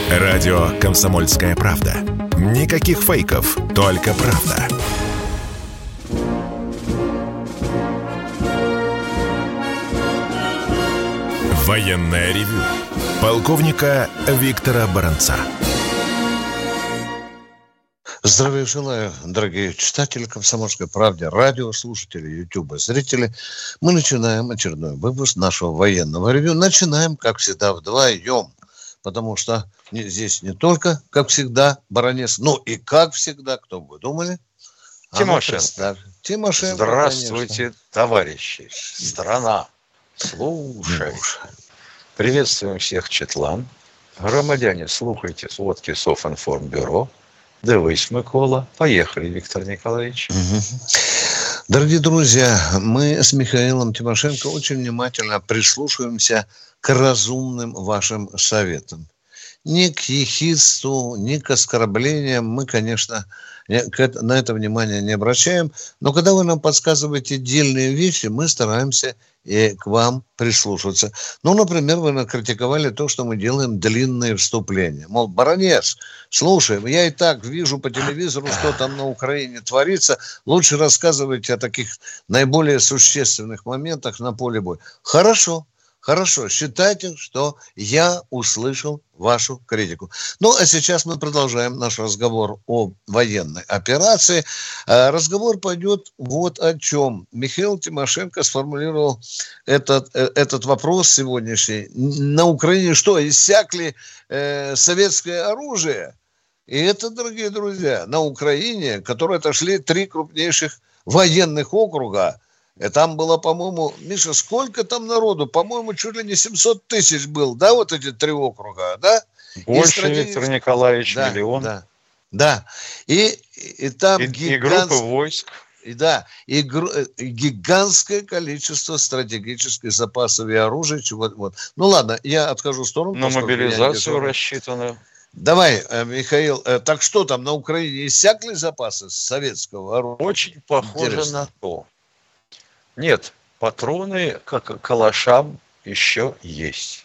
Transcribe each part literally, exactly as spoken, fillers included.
Радио «Комсомольская правда». Никаких фейков, только правда. Военное ревю полковника Виктора Баранца. Здравия желаю, дорогие читатели «Комсомольской правды», радиослушатели, ютуба, зрители. Мы начинаем очередной выпуск нашего военного ревью. Начинаем, как всегда, вдвоем. Потому что не, здесь не только, как всегда, Баранец, но и, как всегда, кто бы вы думали? Тимошенко. Тимошенко, здравствуйте, конечно. Товарищи. Страна. Слушай. Приветствуем всех, Четлан. Громадяне, слухайте сводки Софинформбюро. Дивись, Микола. Поехали, Виктор Николаевич. Угу. Дорогие друзья, мы с Михаилом Тимошенко очень внимательно прислушиваемся к разумным вашим советам. Ни к ехидству, ни к оскорблениям мы, конечно, на это внимание не обращаем. Но когда вы нам подсказываете дельные вещи, мы стараемся и к вам прислушиваться. Ну, например, вы накритиковали то, что мы делаем длинные вступления. Мол, Баранец, слушай, я и так вижу по телевизору, что там на Украине творится. Лучше рассказывайте о таких наиболее существенных моментах на поле боя. Хорошо. Хорошо, считайте, что я услышал вашу критику. Ну, а сейчас мы продолжаем наш разговор о военной операции. Разговор пойдет вот о чем. Михаил Тимошенко сформулировал этот, этот вопрос сегодняшний. На Украине что, иссякли э, советское оружие? И это, дорогие друзья, на Украине, которые отошли три крупнейших военных округа. И там было, по-моему, Миша, сколько там народу? По-моему, чуть ли не семьсот тысяч был, да, вот эти три округа, да? Больше, стратеги... Виктор Николаевич, да, миллион. Да, да. И, и там и, гигант... и группы войск. И, да, и, гр... и гигантское количество стратегических запасов и оружия. Вот, вот. Ну, ладно, я отхожу в сторону. На мобилизацию рассчитано. Давай, Михаил, так что там, на Украине иссякли запасы советского оружия? Очень похоже Интересно. на то. Нет, патроны к калашам еще есть.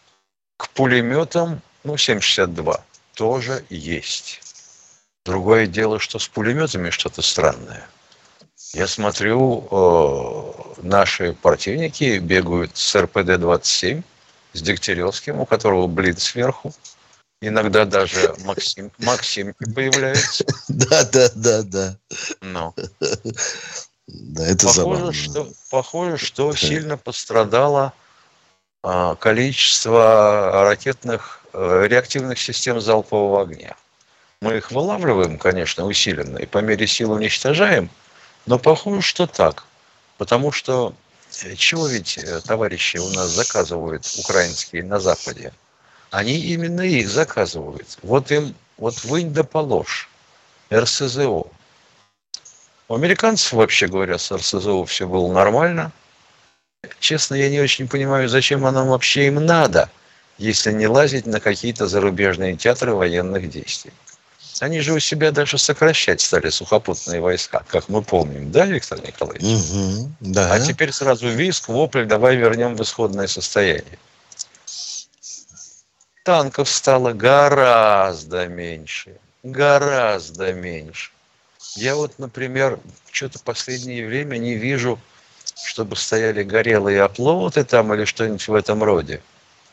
К пулеметам, ну, семь шестьдесят два, тоже есть. Другое дело, что с пулеметами что-то странное. Я смотрю, э, наши противники бегают с эр пэ дэ двадцать семь, с Дегтяревским, у которого блин сверху. Иногда даже Максим, Максимки появляются. Да, да, да, да. Ну. Да, это похоже, что, похоже, что сильно пострадало а, количество ракетных а, реактивных систем залпового огня. Мы их вылавливаем, конечно, усиленно, и по мере сил уничтожаем, но похоже, что так. Потому что чего ведь товарищи у нас заказывают украинские на Западе? Они именно их заказывают. Вот им, вот вынь да положь. эр эс зэ о. У американцев, вообще говоря, с эр эс зэ о все было нормально. Честно, я не очень понимаю, зачем оно вообще им надо, если не лазить на какие-то зарубежные театры военных действий. Они же у себя даже сокращать стали сухопутные войска, как мы помним, да, Виктор Николаевич? Угу, да. А теперь сразу визг, вопль, давай вернем в исходное состояние. Танков стало гораздо меньше, гораздо меньше. Я вот, например, что-то в последнее время не вижу, чтобы стояли горелые оплоты там или что-нибудь в этом роде.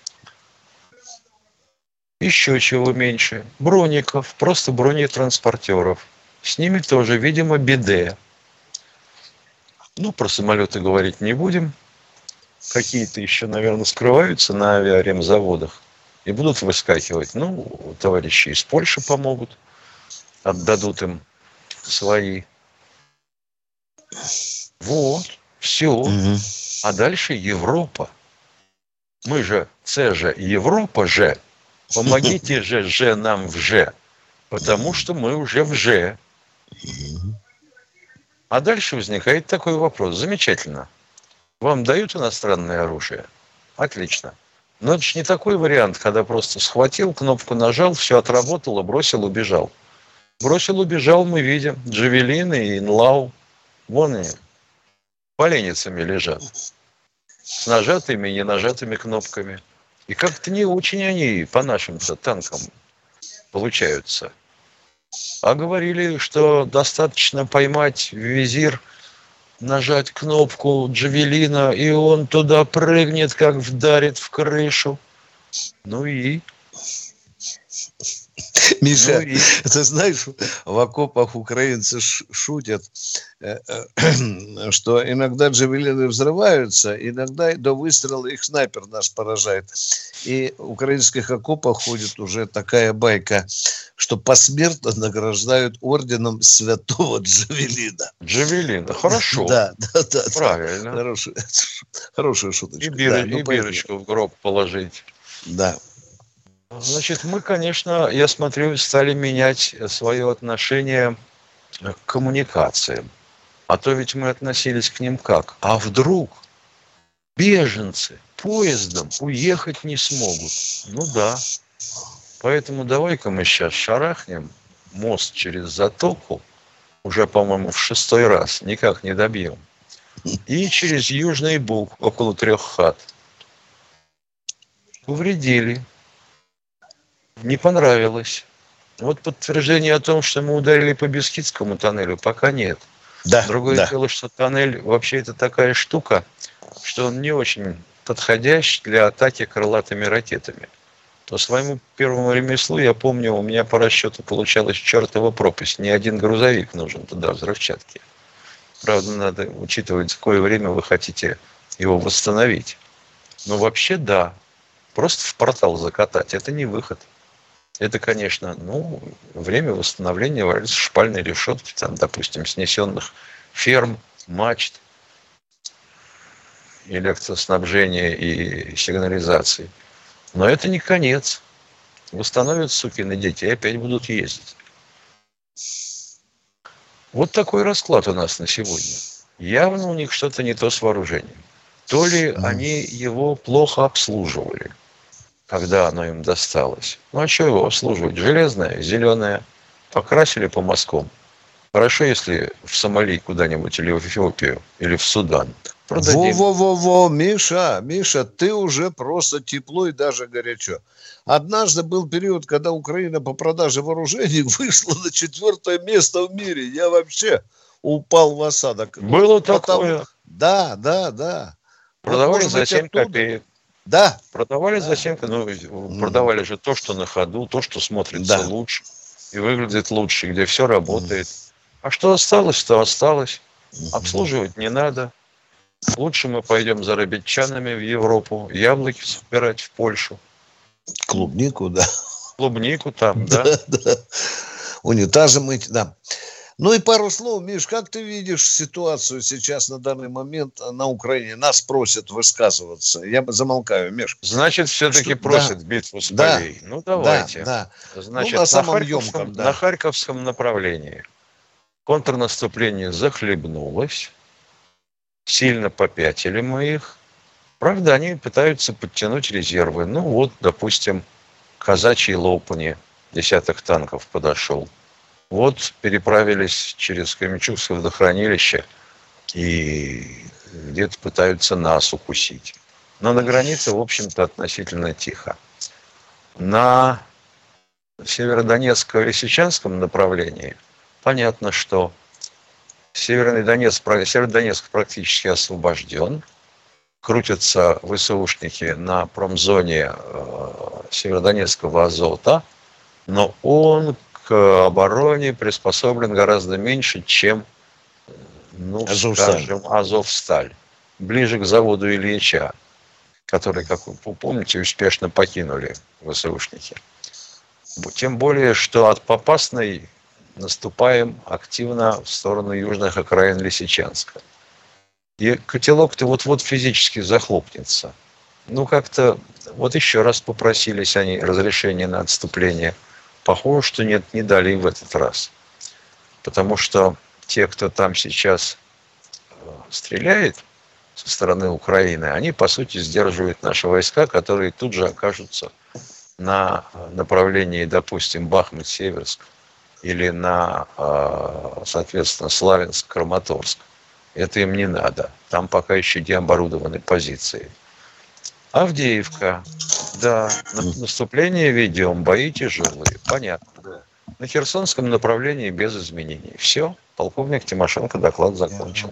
Еще чего меньше. Броников, просто бронетранспортеров. С ними тоже, видимо, беде. Ну, про самолеты говорить не будем. Какие-то еще, наверное, скрываются на авиаремзаводах и будут выскакивать. Ну, товарищи из Польши помогут, отдадут им свои. Вот, все. Угу. А дальше Европа. Мы же, це же Европа же. Помогите же, же нам в же. Потому что мы уже в же. А дальше возникает такой вопрос. Замечательно. Вам дают иностранное оружие? Отлично. Но это же не такой вариант, когда просто схватил, кнопку нажал, все отработало, бросил, убежал. Бросил, убежал, мы видим. Джавелины и Инлау. Вон они. Поленницами лежат. С нажатыми и не нажатыми кнопками. И как-то не очень они по нашим-то танкам получаются. А говорили, что достаточно поймать визир, нажать кнопку джавелина, и он туда прыгнет, как вдарит в крышу. Ну и... Миша, ну и... ты знаешь, в окопах украинцы шутят, что иногда джавелины взрываются, иногда до выстрела их снайпер наш поражает. И в украинских окопах ходит уже такая байка, что посмертно награждают орденом святого Джавелина. Джавелина, хорошо. Да, да, да. Правильно. Хорошая, хорошая шуточка. И, бир... да, и бирочку в гроб положить. Да. Значит, мы, конечно, я смотрю, стали менять свое отношение к коммуникациям. А то ведь мы относились к ним как? А вдруг беженцы поездом уехать не смогут? Ну да. Поэтому давай-ка мы сейчас шарахнем мост через затоку, уже, по-моему, в шестой раз, никак не добьем. И через Южный Буг, около трех хат. Повредили. Не понравилось. Вот подтверждение о том, что мы ударили по Бескидскому тоннелю, пока нет. Да, Другое да. дело, что тоннель вообще это такая штука, что он не очень подходящий для атаки крылатыми ракетами. По своему первому ремеслу, я помню, у меня по расчету получалась чертова пропасть. Ни один грузовик нужен туда, взрывчатки. Правда, надо учитывать, в какое время вы хотите его восстановить. Но вообще да. Просто в портал закатать – это не выход. Это, конечно, ну, время восстановления шпальной решетки, там, допустим, снесенных ферм, мачт, электроснабжения и сигнализации. Но это не конец. Восстановят сукины дети и опять будут ездить. Вот такой расклад у нас на сегодня. Явно у них что-то не то с вооружением. То ли они его плохо обслуживали, когда оно им досталось. Ну а что его обслуживать? Железное, зеленое. Покрасили по мазкам. Хорошо, если в Сомали куда-нибудь, или в Эфиопию, или в Судан. Продадим. Во-во-во-во, Миша, Миша, ты уже просто тепло и даже горячо. Однажды был период, когда Украина по продаже вооружений вышла на четвертое место в мире. Я вообще упал в осадок. Было Потому... такое. Да, да, да. Продавали вот, за семь оттуда... копеек. Да. Продавали да. за семь копеек. Ну, продавали же то, что на ходу, то, что смотрится да. лучше и выглядит лучше, где все работает. А что осталось, то осталось. Обслуживать не надо. Лучше мы пойдем за рыбитчанами в Европу, яблоки собирать в Польшу. Клубнику, да. Клубнику там, да. да, да. Унитазы мыть, да. Ну и пару слов, Миш, как ты видишь ситуацию сейчас на данный момент на Украине? Нас просят высказываться. Я замолкаю, Миш. Значит, все-таки Что? просят да. битву с да. полей. Ну, давайте. Да, да. Значит, ну, на, на, самом Харьковском, емком, да. на Харьковском направлении контрнаступление захлебнулось. Сильно попятили мы их. Правда, они пытаются подтянуть резервы. Ну вот, допустим, казачьей Лопани десяток танков подошел. Вот переправились через Кременчугское водохранилище и где-то пытаются нас укусить. Но на границе, в общем-то, относительно тихо. На Северодонецко-Лисичанском направлении понятно, что Северный Донецк, Северный Донецк практически освобожден. Крутятся ВСУшники на промзоне э, Северодонецкого Азота, но он к обороне приспособлен гораздо меньше, чем, ну, Азовсталь. скажем, Азовсталь. Ближе к заводу Ильича, который, как вы помните, успешно покинули ВСУшники. Тем более, что от Попасной наступаем активно в сторону южных окраин Лисичанска. И котелок-то вот-вот физически захлопнется. Ну, как-то вот еще раз попросились они разрешения на отступление. Похоже, что нет, не дали и в этот раз. Потому что те, кто там сейчас стреляет со стороны Украины, они, по сути, сдерживают наши войска, которые тут же окажутся на направлении, допустим, Бахмут-Северск, или на, соответственно, Славянск, Краматорск. Это им не надо. Там пока еще деоборудованы позиции. Авдеевка. Да, наступление ведем, бои тяжелые, понятно. Да. На Херсонском направлении без изменений. Все, полковник Тимошенко доклад закончил.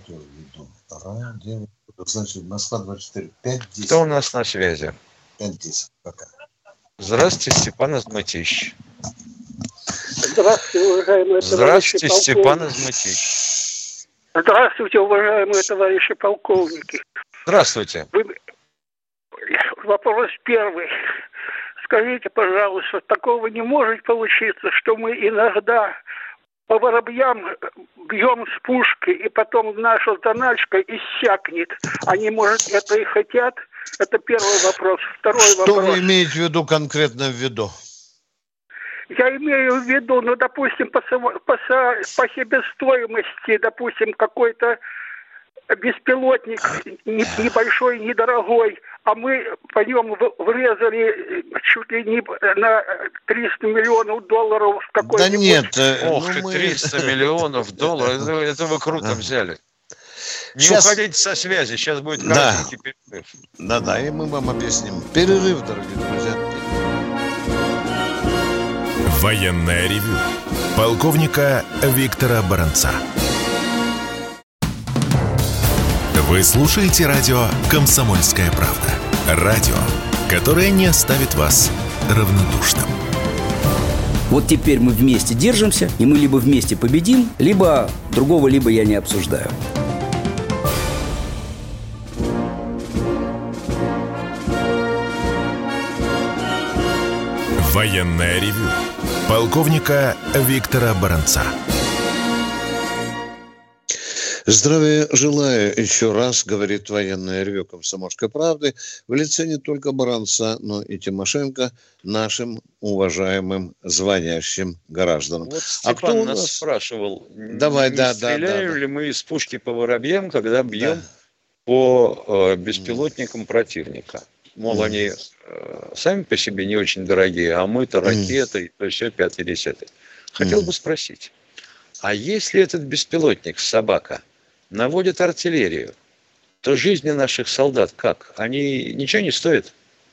Значит, Москва двадцать четыре, пять десять. Кто у нас на связи? пять десять, пока. Здравствуйте, Степан Измытищ. Здравствуйте, уважаемые Здравствуйте, товарищи Степан полковники. Измытищ. Здравствуйте, уважаемые товарищи полковники. Здравствуйте. Вы... Вопрос первый. Скажите, пожалуйста, такого не может получиться, что мы иногда по воробьям бьем с пушки, и потом наша заначка иссякнет. Они, может, это и хотят? Это первый вопрос. Второй что вопрос. Что вы имеете в виду конкретно в виду? Я имею в виду, ну, допустим, по, по, по себестоимости, допустим, какой-то беспилотник небольшой, недорогой, а мы по нему врезали чуть ли не на триста миллионов долларов в какой-нибудь... Да нет, ох, ну, мы... триста миллионов долларов, это, это вы круто взяли. Не сейчас... уходите со связи, сейчас будет коротенький да. перерыв. Да-да, и мы вам объясним. Перерыв, дорогие друзья. Военное ревю полковника Виктора Баранца. Вы слушаете радио «Комсомольская правда». Радио, которое не оставит вас равнодушным. Вот теперь мы вместе держимся, и мы либо вместе победим, либо другого, либо я не обсуждаю. Военное ревю полковника Виктора Баранца. Здравия желаю еще раз, говорит военное ревю «Комсомольской правды» в лице не только Баранца, но и Тимошенко, нашим уважаемым звонящим гражданам. Вот Степан а кто нас, нас спрашивал, Давай, не да, стреляем да, да, ли да. мы из пушки по воробьям, когда бьем да. по э, беспилотникам mm. противника. Мол, mm. они э, сами по себе не очень дорогие, а мы-то ракеты, mm. то все пятый-десятый. Хотел mm. бы спросить, а если этот беспилотник, собака, наводит артиллерию, то жизни наших солдат как? Они ничего не стоят?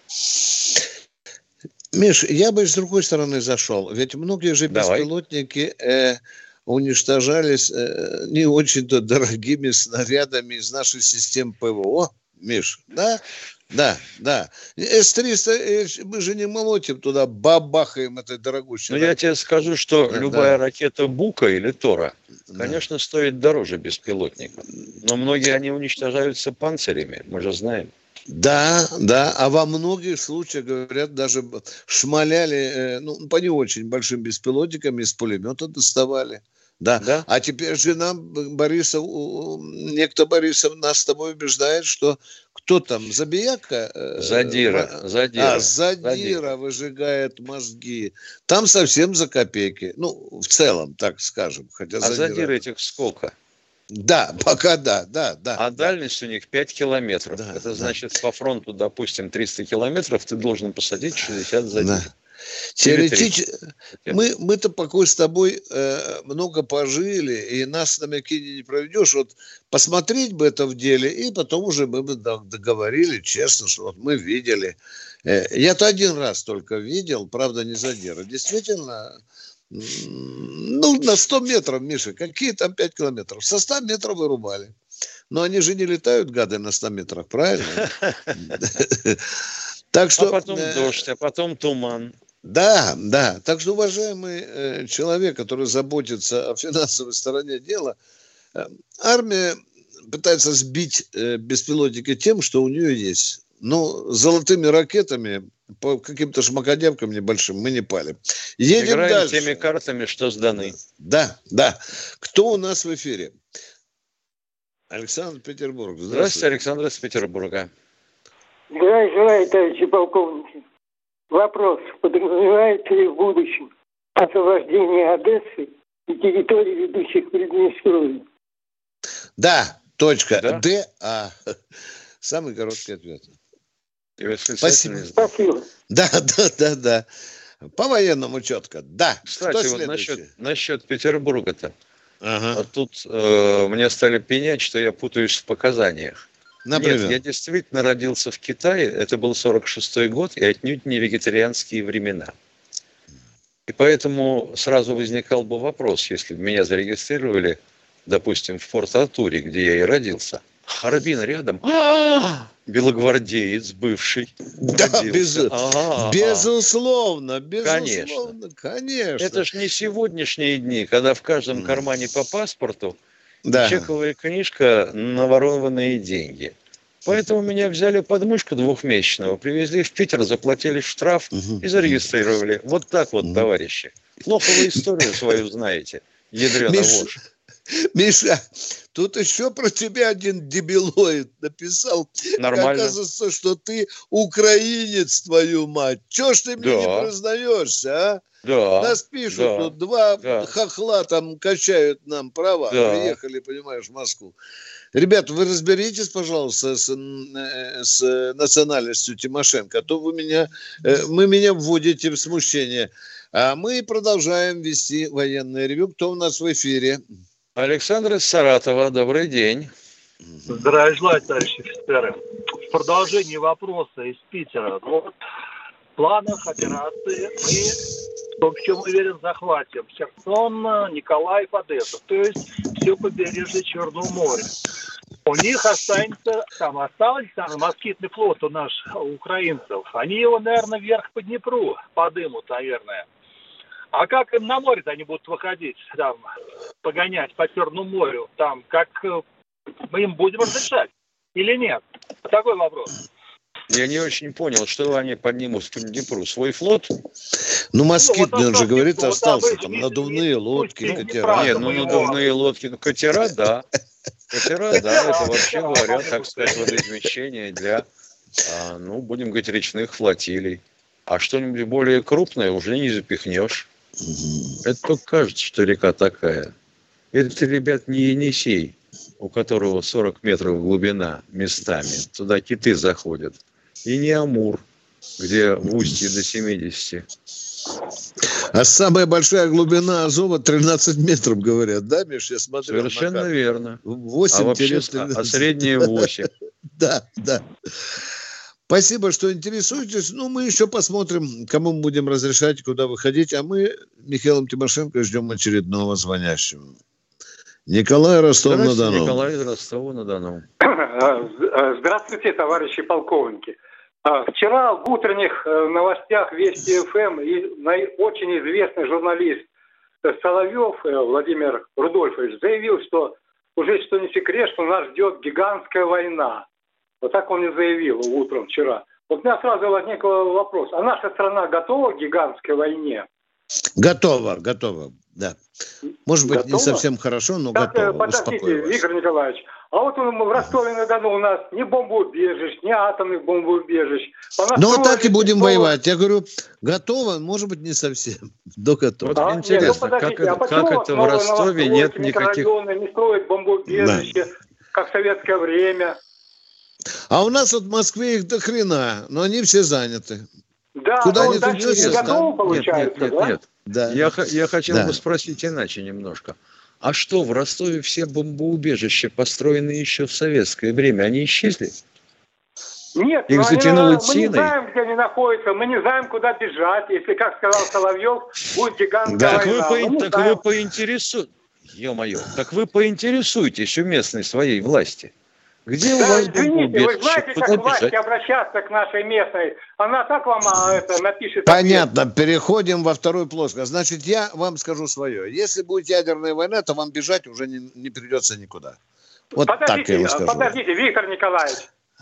Миш, я бы с другой стороны зашел. Ведь многие же Давай. беспилотники э, уничтожались э, не очень-то дорогими снарядами из нашей системы ПВО. Миш, да? Да, да. эс триста, мы же не молотим туда, бабахаем этой дорогущей. Ну, я тебе скажу, что да, любая да. ракета Бука или Тора, да. конечно, стоит дороже беспилотника. Но многие они уничтожаются панцирями, мы же знаем. Да, да, а во многих случаях, говорят, даже шмаляли, ну, по не очень большим беспилотникам из пулемета доставали. Да. да, а теперь же нам Борисов, некто Борисов нас с тобой убеждает, что кто там, Забияка? Задира, э, Задира. А, Задира, Задира выжигает мозги. Там совсем за копейки. Ну, в целом, так скажем. Хотя а Задира... Задира этих сколько? Да, пока да, да, да. А да. дальность у них пять километров. Да, Это да. значит, по фронту, допустим, триста километров, ты должен посадить шестьдесят Задир. Да. Теоретически, мы, мы-то пока с тобой э, много пожили, и нас на Мякине не проведешь. Вот посмотреть бы это в деле, и потом уже мы бы договорили честно, что вот мы видели. Э, я-то один раз только видел, правда, не Задира. Действительно, ну, на сто метров, Миша, какие там пять километров? Со ста метров вырубали. Но они же не летают, гады, на ста метрах, правильно? Так что, а потом дождь, а потом туман. Да, да. Так что, уважаемый э, человек, который заботится о финансовой стороне дела, э, армия пытается сбить э, беспилотники тем, что у нее есть. Ну, золотыми ракетами по каким-то шмакодявкам небольшим мы не палим. Едем Играем дальше. теми картами, что сданы. Да, да. Кто у нас в эфире? Александр Петербург. Здравствуйте, Здравствуйте Александр из Петербурга. Здравия желаю, товарищи полковники. Вопрос. Подразумевается ли в будущем освобождение Одессы и территорий, ведущих к Приднестровью? Да, точка. Да? Д, А. Самый короткий ответ. Спасибо. Спасибо. Да, да, да, да. По-военному четко. Да. Кстати, вот насчет, насчет Петербурга-то. Ага. А тут э, мне стали пенять, что я путаюсь в показаниях. Например? Нет, я действительно родился в Китае, это был сорок шестой год, и отнюдь не вегетарианские времена. И поэтому сразу возникал бы вопрос, если бы меня зарегистрировали, допустим, в Порт-Артуре, где я и родился. Харбин рядом. А-а-а! Белогвардеец бывший. Да, без... А-а-а. безусловно, безусловно, конечно. конечно. Это ж не сегодняшние дни, когда в каждом кармане по паспорту да. чековая книжка на ворованные деньги. Поэтому меня взяли под мышку двухмесячного, привезли в Питер, заплатили штраф угу. и зарегистрировали. Вот так вот, угу. товарищи. Плохо вы историю свою знаете, ядрёна вошь. Миша, тут еще про тебя один дебилоид написал. Нормально. Оказывается, что ты украинец, твою мать. Чего ж ты мне да. не признаешься, а? Да. Нас пишут, да. тут два да. хохла там качают нам права. Да. Приехали, понимаешь, в Москву. Ребята, вы разберитесь, пожалуйста, с, с национальностью Тимошенко, а то вы меня, вы меня вводите в смущение. А мы продолжаем вести военное ревью. Кто у нас в эфире? Александр из Саратова. Добрый день. Здравия желаю, товарищи офицеры. В продолжении вопроса из Питера. Вот в планах операции мы, в чем уверен, захватим Херсон, Николаев, Одессу. То есть все побережье Черного моря. У них останется, там остался там, москитный флот у нас, у украинцев. Они его, наверное, вверх по Днепру подымут, наверное. А как им на море-то они будут выходить, там, погонять по Черному морю, там, как мы им будем разрешать или нет? Такой вопрос. Я не очень понял, что они поднимут по Днепру. Свой флот? Ну, москитный, ну, вот он же говорит, флот, остался. Там надувные лодки, ну, катера. Нет, ну, надувные лодки, ну, катера, да. Катера, да, это вообще говоря, так сказать, водоизмещение для, ну, будем говорить, речных флотилий. А что-нибудь более крупное уже не запихнешь. Это только кажется, что река такая. Это, ребят, не Енисей, у которого сорок метров глубина местами. Туда киты заходят. И не Амур, где в устье до семидесяти. А самая большая глубина Азова тринадцать метров, говорят, да, Миш? Я смотрел. Совершенно верно. восемь а, вообще, а среднее восемь. Да, да. Спасибо, что интересуетесь. Ну, мы еще посмотрим, кому мы будем разрешать, куда выходить. А мы Михаилом Тимошенко ждем очередного звонящего. Николай, Ростов-на-Дону. Николай из Ростова-на-Дону. Здравствуйте, товарищи полковники. Вчера в утренних новостях Вести ФМ очень известный журналист Соловьев Владимир Рудольфович заявил, что уже что не секрет, что нас ждет гигантская война. Вот так он и заявил утром вчера. Вот у меня сразу возник вопрос. А наша страна готова к гигантской войне? Готова, готова, да. Может быть, готова? Не совсем хорошо, но так, готова. Подождите, Виктор Николаевич. А вот в Ростове-на-Дону у нас ни бомбоубежищ, ни атомных бомбоубежищ. Ну, вот так и будем готова. Воевать. Я говорю, готово, может быть, не совсем, но готово. Вот а, интересно, нет, ну, как, это, а как это в Ростове нет никаких... не строят бомбоубежища, да. Как в советское время. А у нас вот в Москве их до хрена, но они все заняты. Да, куда они тут не готовы, получается, нет, нет, да? нет. Да. Я, я хотел да. бы спросить иначе немножко. А что, в Ростове все бомбоубежища, построенные еще в советское время, они исчезли? Нет, их затянуло мы не знаем, где они находятся, мы не знаем, куда бежать. Если, как сказал Соловьев, будет гигантская да. война. Так вы, по, так вы поинтересуетесь, ё-моё, так вы поинтересуетесь у местной своей власти. Где да, у вас извините, вы знаете, как власти обращаться к нашей местной? Она так вам это напишет. Понятно, ответ. Переходим во вторую плоскость. Значит, я вам скажу свое. Если будет ядерная война, то вам бежать уже не, не придется никуда. Вот подождите, так я вам скажу. Подождите, Виктор Николаевич.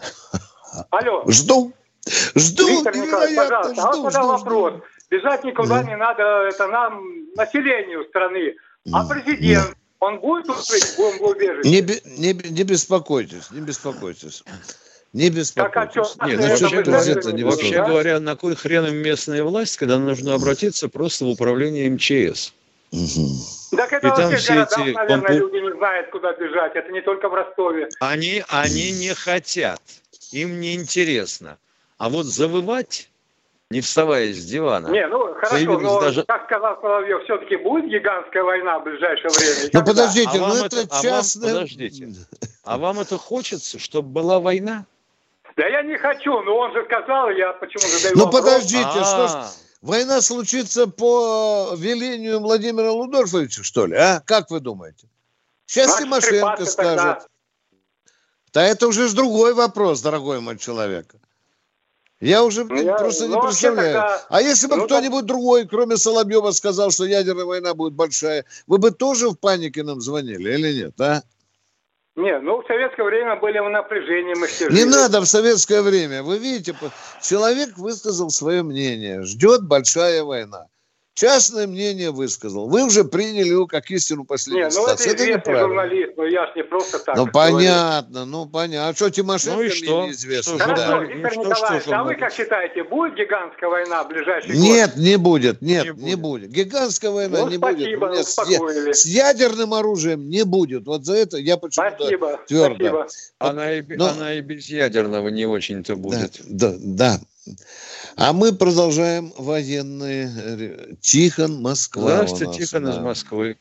Алло. Жду. Жду. Виктор Николаевич, пожалуйста. Жду, а вот тогда жду, вопрос. жду. Бежать никуда mm. не надо, это нам, населению страны. А президент... Mm. Он будет устроить бомбоубежище? Не, не, не беспокойтесь, не беспокойтесь. Не беспокойтесь. Нет, ну, вообще, говоря, не вообще да? говоря, на кой хрен им местная власть, когда нужно обратиться просто в управление эм че эс? Угу. Так это во всех городах, эти... наверное, люди не знают, куда бежать. Это не только в Ростове. Они, они не хотят. Им не интересно. А вот завывать... Не вставая с дивана. Не, ну хорошо, но, даже... как сказал Соловьев, все-таки будет гигантская война в ближайшее время. Ну подождите, а ну это, это частное... А вам, подождите. А вам это хочется, чтобы была война? Да я не хочу, но он же сказал, я почему задаю Ну вопрос. подождите, А-а-а. что ж, война случится по велению Владимира Лудольфовича, что ли, а? Как вы думаете? Сейчас Значит, Тимошенко скрипаться скажет. тогда. Да это уже ж другой вопрос, дорогой мой человек. Я уже Ну, я- просто ну, не вообще представляю. тогда- А если бы ну, кто-нибудь другой, кроме Соловьева, сказал, что ядерная война будет большая, вы бы тоже в панике нам звонили или нет, а? Не, ну в советское время были в напряжении, мы все Не жили. надо в советское время. Вы видите, человек высказал свое мнение. Ждет большая война. Частное мнение высказал. Вы уже приняли его как истину последней Не, ну инстанции. это Это известный неправильно. журналист, но я ж не просто так. Ну говорю. понятно, ну понятно. А что, Тимошенко Ну и мне что? неизвестно? Что, Хорошо, Да. журналист? Виктор Ну, что, Николаевич, что а вы журналист? как считаете, будет гигантская война в ближайший год? Нет, не будет, нет, Не не будет. Гигантская война Ну, не спасибо, будет. У меня с, успокоили. с ядерным оружием не будет. Вот за это я почему-то Спасибо, твердо. спасибо. Она и, Но- она и без ядерного не очень-то Да, будет. да, да. А мы продолжаем военные. Тихон, Москва. Здравствуйте, у нас, Тихон из да. Москвы.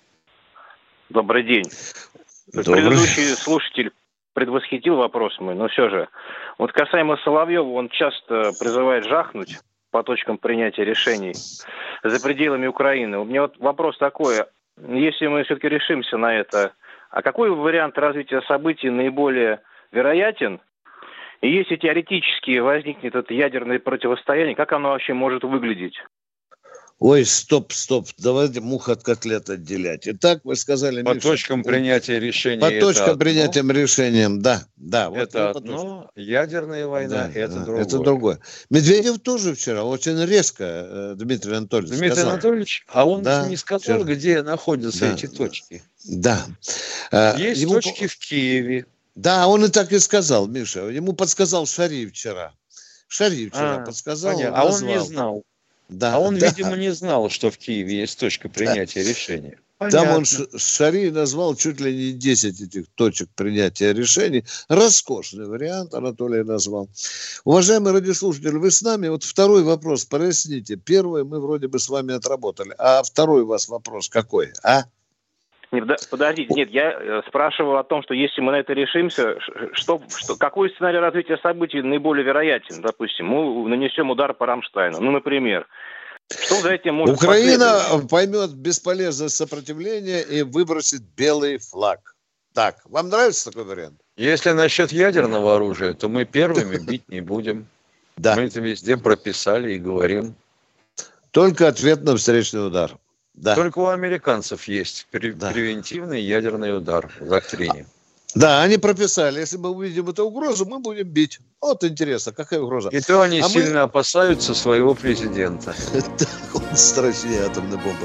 Добрый день. Добрый. Предыдущий слушатель предвосхитил вопрос мой, но все же. Вот касаемо Соловьева, он часто призывает жахнуть по точкам принятия решений за пределами Украины. У меня вот вопрос такой. Если мы все-таки решимся на это, а какой вариант развития событий наиболее вероятен? И если теоретически возникнет это ядерное противостояние, как оно вообще может выглядеть? Ой, стоп, стоп. Давайте мух от котлет отделять. Итак, вы сказали, По Миша, точкам принятия решений По это точкам одно, принятия решением, да, да. вот это мы по точкам. одно, ядерная война Да, это да, другое. это другое. Медведев тоже вчера очень резко, э, Дмитрий Анатольевич, Дмитрий сказал. Анатольевич, а он Да, не сказал, вчера. где находятся Да, эти да. точки? Да. Э, Есть ему точки в Киеве. Да, он и так и сказал, Миша. Ему подсказал Шари вчера. Шари вчера А, подсказал, понятно. А он назвал. не знал. Да, А он, да. видимо, не знал, что в Киеве есть точка принятия решения. Там Понятно. он Ш- Шари назвал чуть ли не десять этих точек принятия решений. Роскошный вариант Анатолий назвал. Уважаемый радиослушатель, вы с нами? Вот второй вопрос проясните. Первый мы вроде бы с вами отработали. А второй у вас вопрос какой? А? Нет, да, подождите, нет, я э, спрашиваю о том, что если мы на это решимся, ш- что, что, какой сценарий развития событий наиболее вероятен? Допустим, мы нанесем удар по Рамштайну, ну, например. Что за этим может Украина последовать? поймет бесполезность сопротивления и выбросит белый флаг. Так, вам нравится такой вариант? Если насчет ядерного оружия, то мы первыми бить не будем. Да. Мы это везде прописали и говорим. Только ответ на встречный удар. Да. Только у американцев есть пре- Да. превентивный ядерный удар в доктрине. Да, они прописали. Если мы увидим эту угрозу, мы будем бить. Вот интересно, какая угроза? И то они А мы- сильно опасаются своего президента. Он страшнее атомной бомбы.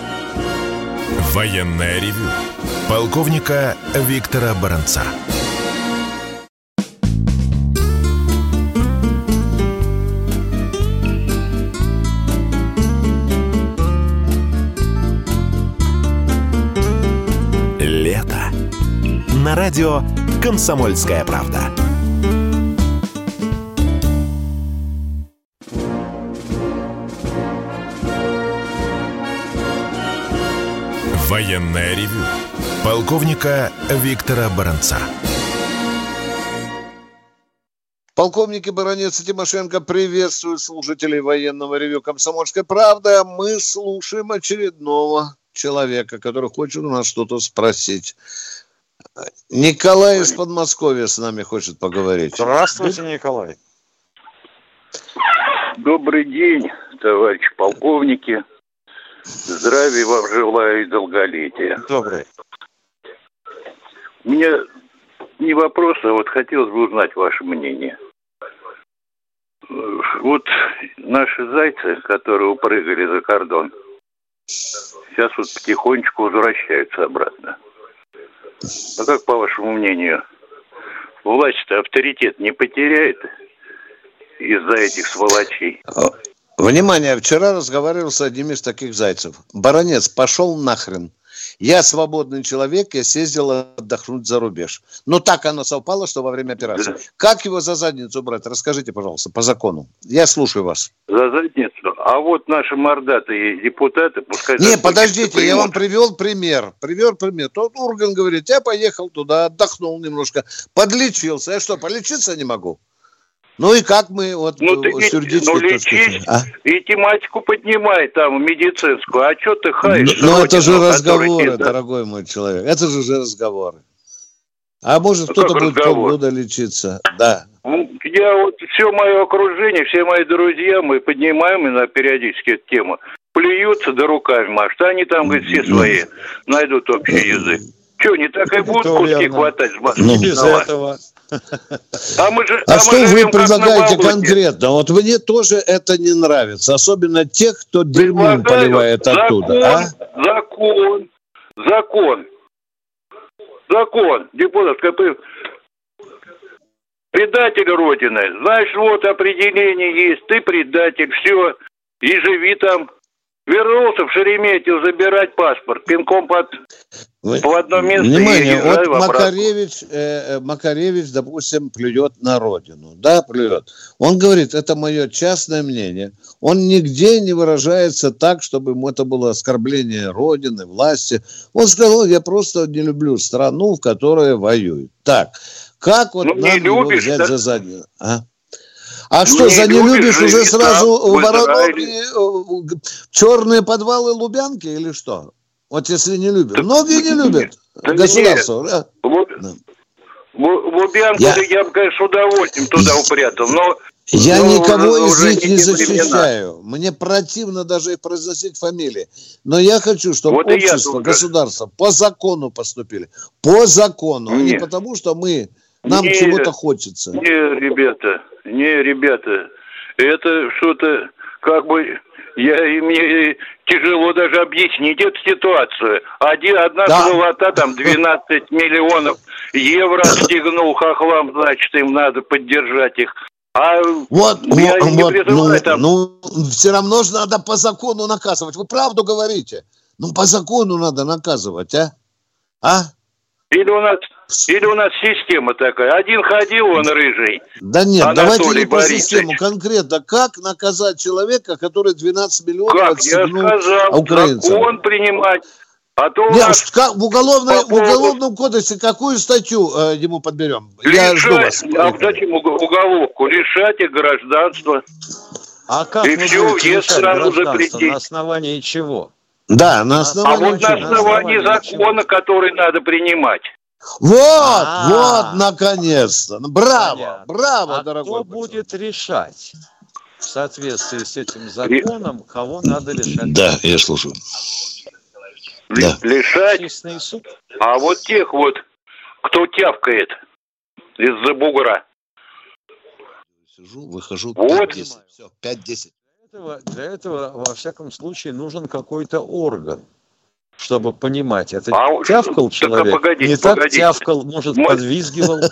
Военное ревю полковника Виктора Баранца. Лето. На радио «Комсомольская правда». Военное ревю полковника Виктора Баранца. Полковники Баранец и Тимошенко приветствуют слушателей военного ревю «Комсомольской правды». А мы слушаем очередного человека, который хочет у нас что-то спросить. Николай из Подмосковья с нами хочет поговорить. Здравствуйте, Николай. Добрый день, товарищ полковники. Здравия вам желаю и долголетия. Добрый. У меня не вопрос, а вот хотелось бы узнать ваше мнение. Вот наши зайцы, которые упрыгали за кордон, сейчас вот потихонечку возвращаются обратно. А как, по вашему мнению, власть-то авторитет не потеряет из-за этих сволочей? Внимание, вчера разговаривал с одним из таких зайцев. Баранец, пошел нахрен. Я свободный человек, я съездил отдохнуть за рубеж. Но так оно совпало, что во время операции. Да. Как его за задницу брать? Расскажите, пожалуйста, по закону. Я слушаю вас. За задницу? А вот наши мордатые депутаты, пускай... Не, подождите, я вам привел пример. Привел пример. Тот Урган говорит, я поехал туда, отдохнул немножко, подлечился. Я что, полечиться не могу? Ну и как мы вот ну, ты сердечки... Ну, лечись а? И тематику поднимай там, медицинскую. А что ты хаешь? Ну, ну это же разговоры, да? Дорогой мой человек. Это же уже разговоры. А может, ну, кто-то будет полгода лечиться. Да. Я вот, все мое окружение, все мои друзья, мы поднимаем иногда периодически эту тему. Плюются да руками машут. Они там, говорит, все свои найдут общий язык. Что, не так и будут куски хватать с машины? Ну, без этого... А, мы же, а, а что вы предлагаете конкретно? Вот мне тоже это не нравится. Особенно тех, кто дерьмом поливает оттуда. Закон, а? закон, закон, закон. Депутат КП. Предатель Родины. Знаешь, вот определение есть. Ты предатель. Все. И живи там. Вернулся в Шереметьево забирать паспорт. Пинком под... Вы... В одно место. Внимание, вот Макаревич, э, Макаревич, допустим, плюет на родину. Да, плюет. Он говорит, это мое частное мнение. Он нигде не выражается так, чтобы ему это было оскорбление родины, власти. Он сказал, я просто не люблю страну, в которой воюют. Так, как вот ну, нам его любишь, взять да? за заднюю? А? А ну, что, за не любишь, любишь уже сразу воронок, черные подвалы Лубянки или что? Вот если не любят. Да, Многие не любят да государство. Да? Да. Лубянку я... я бы, конечно, с удовольствием туда упрятал, но... Я но никого из них не защищаю. Времена. Мне противно даже произносить фамилии. Но я хочу, чтобы вот общество, государство по закону поступили. По закону, не. А не потому, что мы, нам не, чего-то хочется. Не, ребята, не, ребята, это что-то как бы... Я, и мне тяжело даже объяснить эту ситуацию. Один, одна да. золота, там двенадцать миллионов евро стегнул хохлам, значит, им надо поддержать их. А вот, я вот, не призываю ну, там... Ну, все равно же надо по закону наказывать. Вы правду говорите. Ну, по закону надо наказывать, а? А? Или у нас, или у нас система такая. Один ходил, он рыжий. Да нет, Анатолий давайте не по систему. Конкретно, как наказать человека, который двенадцать миллионов отстегнул украинцам? Закон принимать. А то нет, нас... как, в, уголовной, по в уголовном кодексе какую статью э, ему подберем? Лишать, Я жду вас. А зачем уголовку? Лишать их гражданства. А как и все, есть сразу запретить. На основании чего? Да, на основании... А вот на основании закона, который надо принимать. Вот, А-а-а. вот, наконец-то. Браво, Понятно. браво, а дорогой. Кто будет решать в соответствии с этим законом, кого надо лишать? Да, я слушаю. Л- да. Лишать? Суд? А вот тех вот, кто тявкает из-за бугра. Сижу, выхожу, вот. пять-десять. Для этого, для этого, во всяком случае, нужен какой-то орган, чтобы понимать, это а, тявкал так, человек, погодите, не погодите. так тявкал, может, Мой... подвизгивал.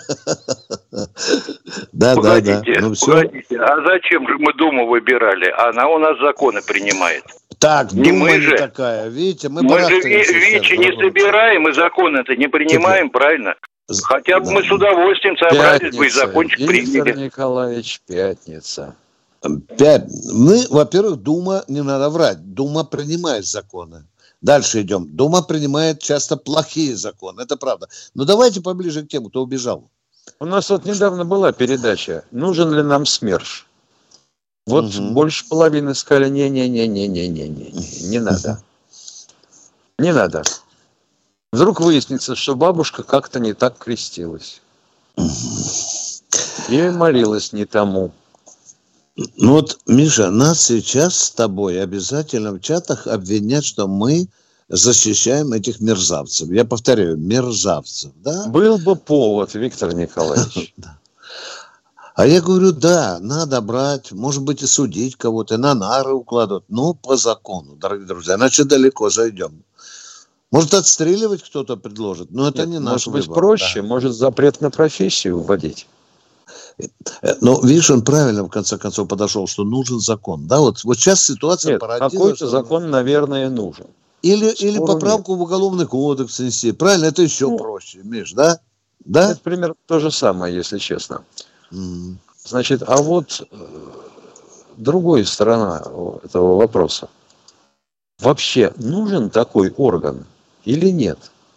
Да, да, да. А зачем же мы Думу выбирали? Она у нас законы принимает. Так, Дума не такая, видите, мы Мы же ВИЧи не собираем и законы-то не принимаем, правильно? Хотя бы мы с удовольствием собрались бы и закончик приняли. Виктор Николаевич, пятница. Пять. Мы, во-первых, Дума, не надо врать, Дума принимает законы. Дальше идем. Дума принимает часто плохие законы, это правда. Но давайте поближе к тем, кто убежал. У нас вот недавно была передача «Нужен ли нам СМЕРШ?». Вот угу. больше половины сказали «не-не-не-не-не-не-не, не надо». Не надо. Вдруг выяснится, что бабушка как-то не так крестилась. Угу. И молилась не тому. Ну вот, Миша, нас сейчас с тобой обязательно в чатах обвинят, что мы защищаем этих мерзавцев. Я повторяю, мерзавцев, да? Был бы повод, Виктор Николаевич. А я говорю, да, надо брать, может быть, и судить кого-то, на нары укладывать, но по закону, дорогие друзья, иначе далеко зайдем. Может, отстреливать кто-то предложит, но это Нет, не наш выбор. Может быть, проще, да. может, запрет на профессию вводить. Но, видишь, он правильно, в конце концов, подошел, что нужен закон. Да, вот, вот сейчас ситуация Нет, породила... какой-то что... закон, наверное, нужен. Или, или поправку нет. В уголовный кодекс нести. Правильно? Это еще ну, проще, Миш, да? Да? Это примерно то же самое, если честно. Mm. Значит, а вот другая сторона этого вопроса. Вообще нужен такой орган или нет?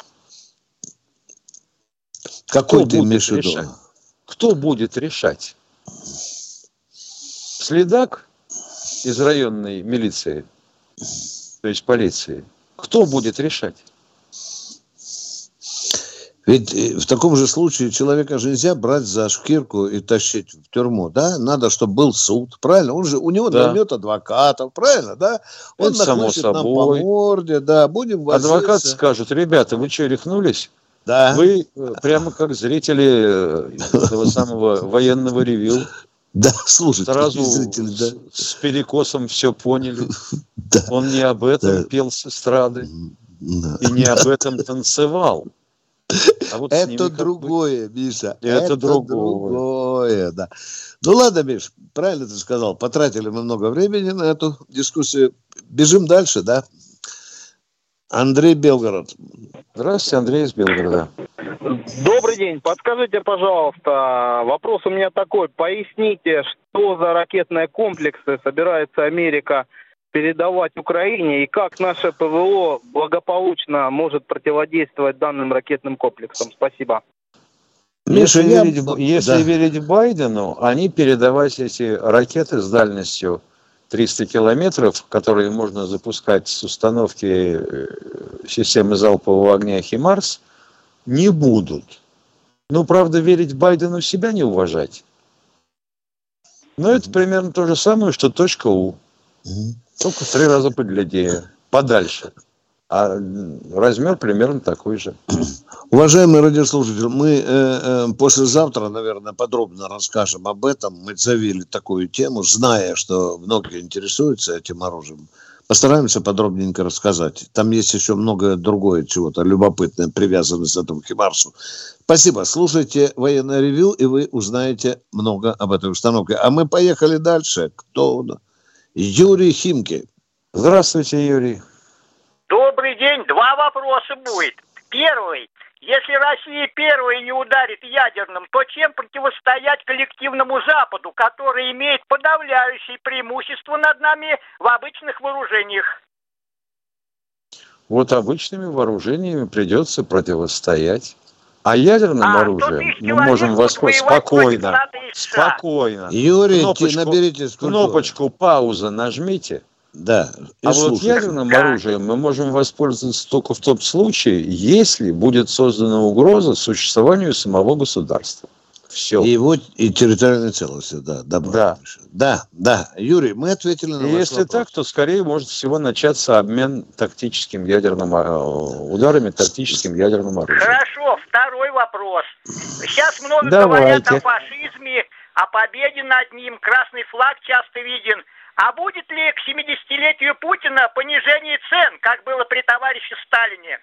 Какой ты имеешь в виду? Кто будет решать? Следак из районной милиции, то есть полиции, кто будет решать? Ведь в таком же случае человека же нельзя брать за шкирку и тащить в тюрьму, да? Надо, чтобы был суд, правильно? Он же, у него да. наймет адвокатов, правильно, да? Он это нахлещет нам по морде, да, будем возиться. Адвокат скажет, ребята, вы что, рехнулись? Да. Вы прямо как зрители этого самого военного ревью. Да, слушайте, сразу зрители, да. с, с перекосом все поняли. Да. Он не об этом да. пел с эстрады да. и не об этом танцевал. А вот это другое, бы... Миша. Это, это другое. другое, да. Ну ладно, Миш, правильно ты сказал. Потратили мы много времени на эту дискуссию. Бежим дальше, да? Андрей, Белгород. Здравствуйте, Андрей из Белгорода. Добрый день. Подскажите, пожалуйста, вопрос у меня такой. Поясните, что за ракетные комплексы собирается Америка передавать Украине и как наше ПВО благополучно может противодействовать данным ракетным комплексам? Спасибо. Если, я... верить, если да. верить Байдену, они передавать эти ракеты с дальностью триста километров, которые можно запускать с установки системы залпового огня «Химарс», не будут. Ну, правда, верить Байдену себя не уважать. Но это примерно то же самое, что точка У. Только в три раза подледнее. Подальше. А размер примерно такой же. Уважаемые радиослушатели, мы э, э, послезавтра, наверное, подробно расскажем об этом. Мы завели такую тему, зная, что многие интересуются этим оружием. Постараемся подробненько рассказать. Там есть еще многое другое, чего-то любопытное, привязанное к этому «Химарсу». Спасибо. Слушайте военное ревью, и вы узнаете много об этой установке. А мы поехали дальше. Кто? Юрий Химки. Здравствуйте, Юрий. Добрый день. Два вопроса будет. Первый. Если Россия первой не ударит ядерным, то чем противостоять коллективному Западу, который имеет подавляющее преимущество над нами в обычных вооружениях? Вот обычными вооружениями придется противостоять. А ядерным а, оружием мы можем воспользоваться спокойно. Спокойно. Юрий, кнопочку, наберитесь кнопочку пауза нажмите. Да. А слушайте. Вот ядерным да. оружием мы можем воспользоваться только в том случае, если будет создана угроза существованию самого государства. Все. И его и территориальной целостности, да. Да. да, да. Юрий, мы ответили на и ваш если вопрос. так, то скорее может всего начаться обмен тактическим ядерным ударами, тактическим ядерным оружием. Хорошо, второй вопрос. Сейчас много Давайте. говорят о фашизме, о победе над ним, красный флаг часто виден. А будет ли к семидесятилетию Путина понижение цен, как было при товарище Сталине?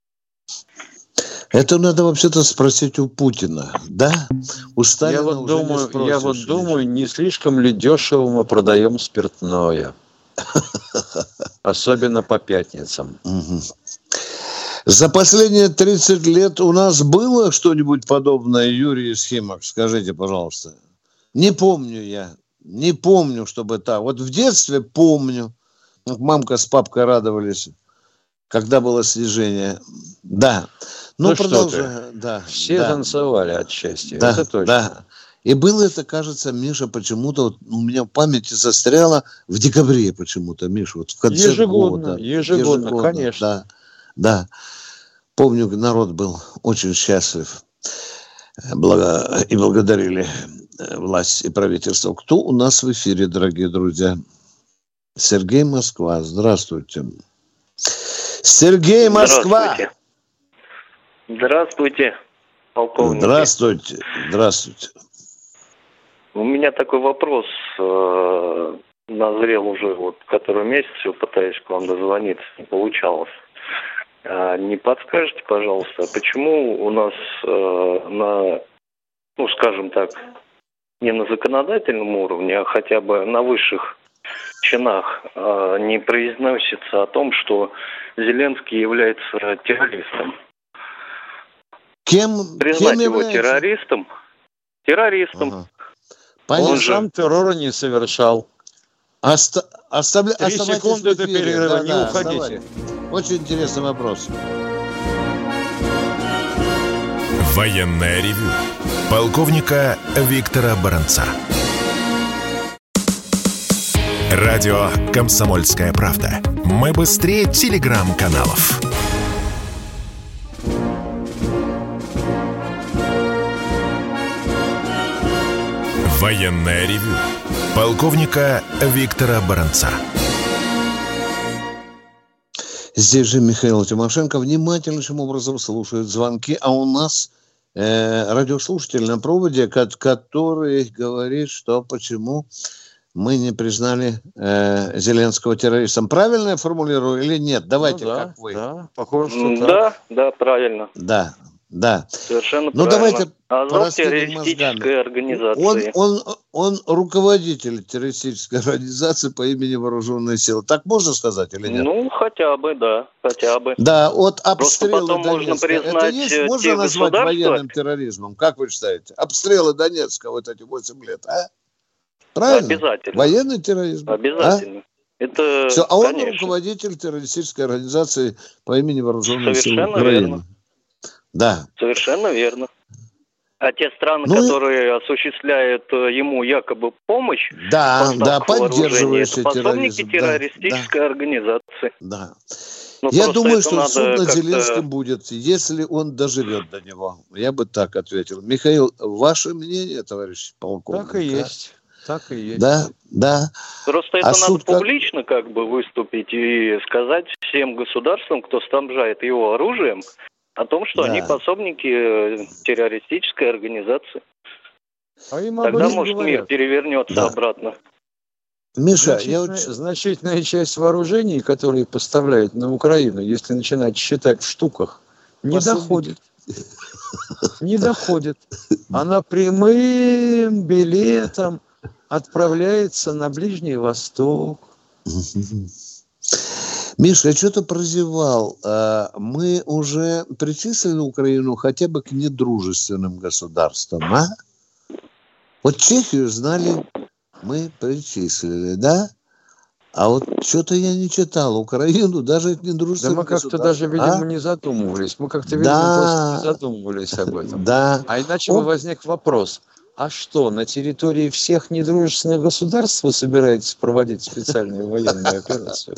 Это надо вообще-то спросить у Путина, да? У Сталина я вот уже думаю, не спросишь. Я вот думаю, не слишком ли дешево мы продаем спиртное. Особенно по пятницам. За последние тридцать лет у нас было что-нибудь подобное, Юрий из Химок? Скажите, пожалуйста. Не помню я. Не помню, чтобы так. Вот в детстве помню, как мамка с папкой радовались, когда было снижение. Да. Ну, ну продолжай. Да, все да. танцевали от счастья. Да, это точно. Да. И было это, кажется, Миша, почему-то вот у меня в памяти застряло в декабре почему-то, Миша, вот в конце ежегодно, года. Ежегодно, ежегодно, конечно. Да, да. Помню, народ был очень счастлив. Благо... И благодарили власть и правительство. Кто у нас в эфире, дорогие друзья? Сергей, Москва. Здравствуйте. Сергей, Москва. Здравствуйте. Здравствуйте, полковник. Здравствуйте. Здравствуйте. У меня такой вопрос. Назрел уже вот который месяц, я пытаюсь к вам дозвониться, не получалось. Не подскажете, пожалуйста, почему у нас на, ну, скажем так, не на законодательном уровне, а хотя бы на высших чинах э, не произносится о том, что Зеленский является террористом. Кем, Признать кем его является? террористом? Террористом. Ага. Он Понятно. сам террора не совершал. Оста- оставля- Три оставайтесь секунды в до эфире. перерыва, Да, не да, уходите. оставайтесь. Очень интересный вопрос. Военное ревю полковника Виктора Баранца. Радио «Комсомольская правда». Мы быстрее телеграм-каналов. Военное ревю полковника Виктора Баранца. Здесь же Михаил Тимошенко внимательнейшим образом слушает звонки, а у нас э, радиослушатель на проводе, который говорит, что почему мы не признали э, Зеленского террористом. Правильно я формулирую или нет? Давайте, ну, да, как вы. Да, похоже, что Да, так. да, правильно. Да, да. Совершенно Ну, правильно. давайте Азов простыми террористической мозгами. организации. Он, он, он руководитель террористической организации по имени Вооруженные силы. Так можно сказать или нет? Ну, хотя бы, да, хотя бы. Да, от Просто обстрела потом можно Донецка. признать Это есть, э, можно те назвать государства. военным терроризмом? Как вы считаете? Обстрелы Донецка вот эти восемь лет, а? Правильно? Обязательно. Военный терроризм. Обязательно. А? Это, Все, а он конечно. руководитель террористической организации по имени Вооруженные силы Совершенно Украины. верно. Да. Совершенно верно. А те страны, Ну, которые осуществляют э, ему якобы помощь, Да, да, поставку вооружения, поддерживающие это пособники терроризм. террористической Да, организации. да. Ну, Я просто думаю, это что надо суд над как-то- Зеленским будет, если он доживет до него. Я бы так ответил. Михаил, ваше мнение, товарищ полковник? Так и а? есть. Так и есть. Да, да. Просто это А надо суд как- публично как бы выступить и сказать всем государствам, кто снабжает его оружием, о том, что Да. они пособники э, террористической организации. А им Тогда, об этом может, мир говорят. перевернется Да. обратно. Миша, я Значительная, вот... значительная часть вооружений, которые поставляют на Украину, если начинать считать в штуках, не Пособники. доходит. Не доходит. Она прямым билетом отправляется на Ближний Восток. Миша, я что-то прозевал. А, Мы уже причислили Украину хотя бы к недружественным государствам, а? Вот Чехию знали, мы причислили, да? А вот что-то я не читал. Украину даже к Да недружественным мы как-то государствам. даже, видимо, а? не задумывались. Мы как-то, видимо, Да. просто не задумывались об этом. Да. А иначе О. бы возник вопрос. А что, на территории всех недружественных государств вы собираетесь проводить специальную военную операцию?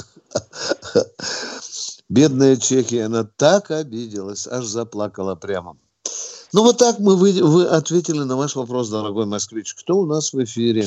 Бедная Чехия, она так обиделась, аж заплакала прямо. Ну вот так мы вы, вы ответили на ваш вопрос, дорогой москвич. Кто у нас в эфире?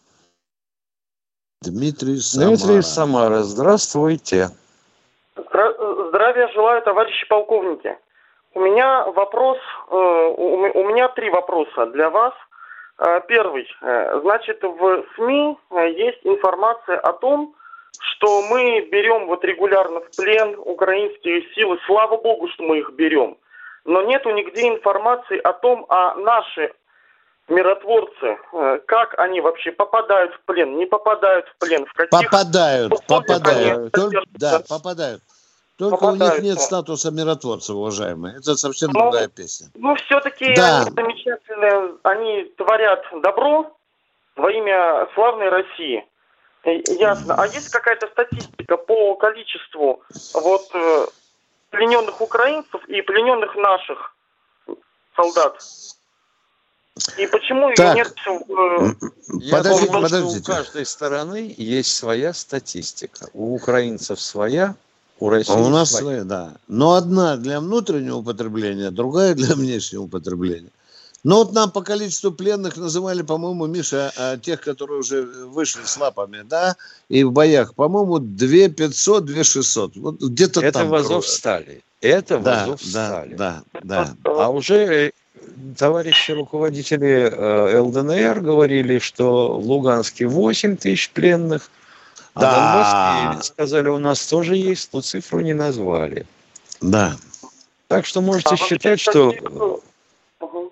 Дмитрий Самара. Дмитрий Самара, здравствуйте. Здра- Здравия желаю, товарищи полковники. У меня вопрос, э, у, м- у меня три вопроса для вас. Э, Первый. Э, Значит, в СМИ э, есть информация о том, что мы берем вот регулярно в плен украинские силы. Слава богу, что мы их берем. Но нету нигде информации о том, а наши миротворцы, э, как они вообще попадают в плен, не попадают в плен, в каких Попадают, условиях попадают. они Только, содержатся. да, попадают. Только Попадают, у них нет да. статуса миротворцев, уважаемые. Это совсем Ну, другая песня. Ну, все-таки Да. они замечательные, они творят добро во имя славной России. И- Ясно. А есть какая-то статистика по количеству вот э, плененных украинцев и плененных наших солдат? И почему Так. ее нет в... Я Подождите, думаю, что подождите. у каждой стороны есть своя статистика. У украинцев своя, у России А у нас своя. своя, да. Но одна для внутреннего употребления, другая для внешнего употребления. Но вот нам по количеству пленных называли, по-моему, Миша, а, тех, которые уже вышли с лапами, да, и в боях, по-моему, две пятьсот, две шестьсот. Вот где-то Это там. в Азовстали. Это в Да, да, Азовстали. да, да. А уже товарищи руководители э, ЛДНР говорили, что в Луганске восемь тысяч пленных, а Да. в Донбассе сказали, у нас тоже есть, но цифру не назвали. Да. Так что можете А вообще считать, что... статистику- Мгм.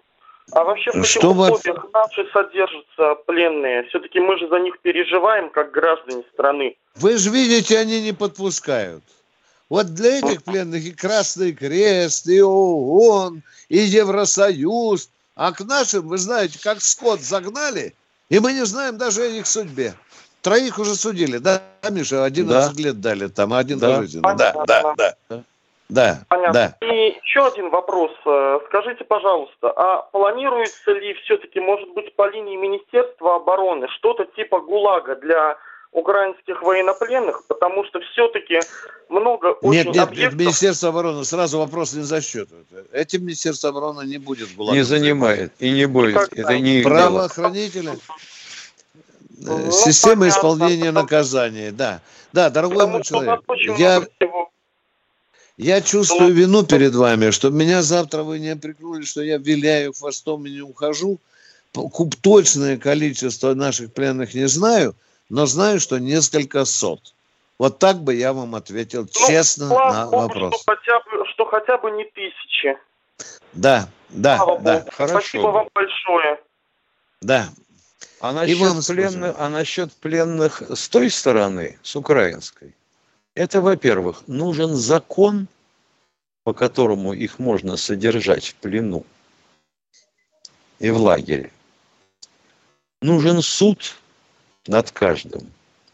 А вообще в каких Что вы- условиях наши содержатся пленные? Все-таки мы же за них переживаем, как граждане страны. Вы же видите, они не подпускают. Вот для этих пленных и Красный Крест, и ООН, и Евросоюз. А к нашим, вы знаете, как скот загнали, и мы не знаем даже о их судьбе. Троих уже судили, да, Миша? одиннадцать Да. лет дали там, а один Да. пожизненно. Да, да, да. Да, Понятно. да. И еще один вопрос. Э, Скажите, пожалуйста, а планируется ли все-таки, может быть, по линии Министерства обороны что-то типа ГУЛАГа для украинских военнопленных? Потому что все-таки много очень Нет, нет, нет, объектов... Министерство обороны, сразу вопрос не засчитывает. Этим Министерство обороны не будет ГУЛАГом Не занимает и не будет. Это не их дело. Правоохранители, э, система исполнения наказания, да. Да, дорогой мой человек, я, я чувствую вину перед вами, что меня завтра вы не опрекнули, что я виляю хвостом и не ухожу. По- куб- Точное количество наших пленных не знаю, но знаю, что несколько сот. Вот так бы я вам ответил Ну, честно слава на богу, вопрос. Что хотя, бы, что хотя бы не тысячи. Да, да, Слава да. богу. Спасибо вам большое. Да. А И насчет, вам пленных, а насчет пленных с той стороны, с украинской, это, во-первых, нужен закон, по которому их можно содержать в плену и в лагере. Нужен суд над каждым.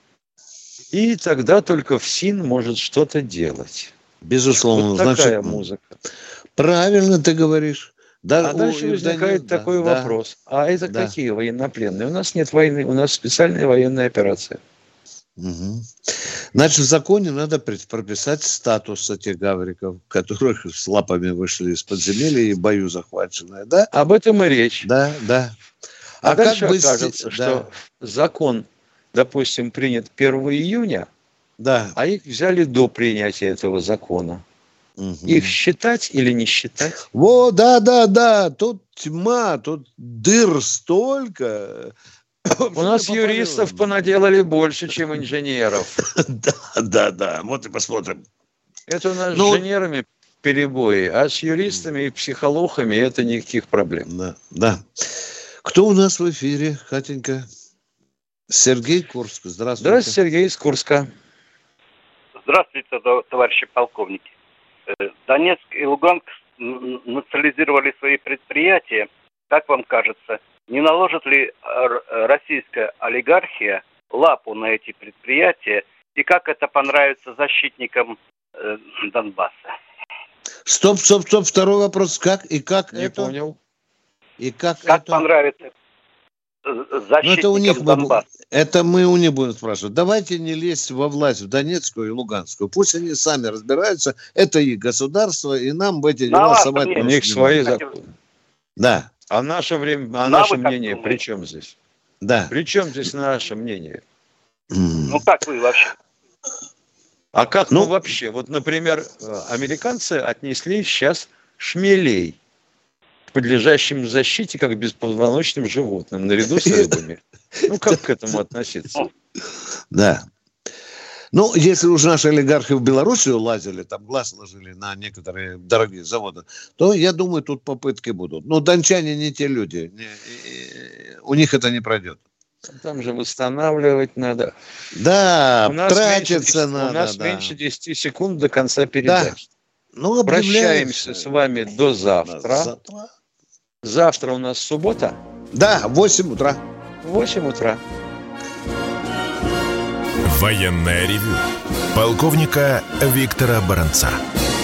И тогда только ФСИН может что-то делать. Безусловно. Вот такая Значит, музыка. правильно ты говоришь. Да, А дальше у- возникает да, такой да, вопрос. А это да. какие военнопленные? У нас нет войны, у нас специальная военная операция. Мгм. Значит, в законе надо пред- прописать статус этих гавриков, которых с лапами вышли из подземелья и в бою захваченные, да? Об этом и речь. Да, да. А, А дальше как быть с- окажется, да. что закон, допустим, принят первого июня, Да. а их взяли до принятия этого закона. Мгм. Их считать или не считать? Во, да, да, да, тут тьма, тут дыр столько. У нас юристов понаделали больше, чем инженеров. Да, да, да, вот и посмотрим. Это у нас Ну, с инженерами перебои, а с юристами и психологами это никаких проблем. Да, да. Кто у нас в эфире, Катенька? Сергей Курск. Здравствуйте. Здравствуйте, Сергей из Курска. Здравствуйте, товар- товарищи полковники. Э, Донецк и Луганск н- национализировали свои предприятия. Как вам кажется, не наложит ли р- российская олигархия лапу на эти предприятия? И как это понравится защитникам э, Донбасса? Стоп, стоп, стоп. Второй вопрос. Как и как Не это? понял. И как, Как это? понравится э, Ну, это у защитникам них мы, бу- Донбасса? это мы у них будем спрашивать. Давайте не лезть во власть в Донецкую и Луганскую. Пусть они сами разбираются. Это их государство, и нам в эти На дела ваше совать мнение. У нос них не свои надо. законы. Да, А наше время, а Ну, а наше вы как мнение при думаете? чем здесь? да. При чем здесь наше мнение? Ну как вы вообще? А как Ну- ну вообще? Вот, например, э, американцы отнесли сейчас шмелей к подлежащим защите как беспозвоночным животным, наряду с рыбами. Ну как к этому относиться? Да. Ну, если уж наши олигархи в Белоруссию лазили, там глаз ложили на некоторые дорогие заводы, то, я думаю, тут попытки будут. Но дончане не те люди. Не- и- и- у них это не пройдет. Там же восстанавливать надо. Да, У нас тратиться меньше десяти- надо. У нас да. меньше десяти секунд до конца передачи. Ну, объявляется. Прощаемся с вами до завтра. Завтра. Завтра у нас суббота. Да, в восемь утра. В восемь утра. Военное ревю полковника Виктора Баранца.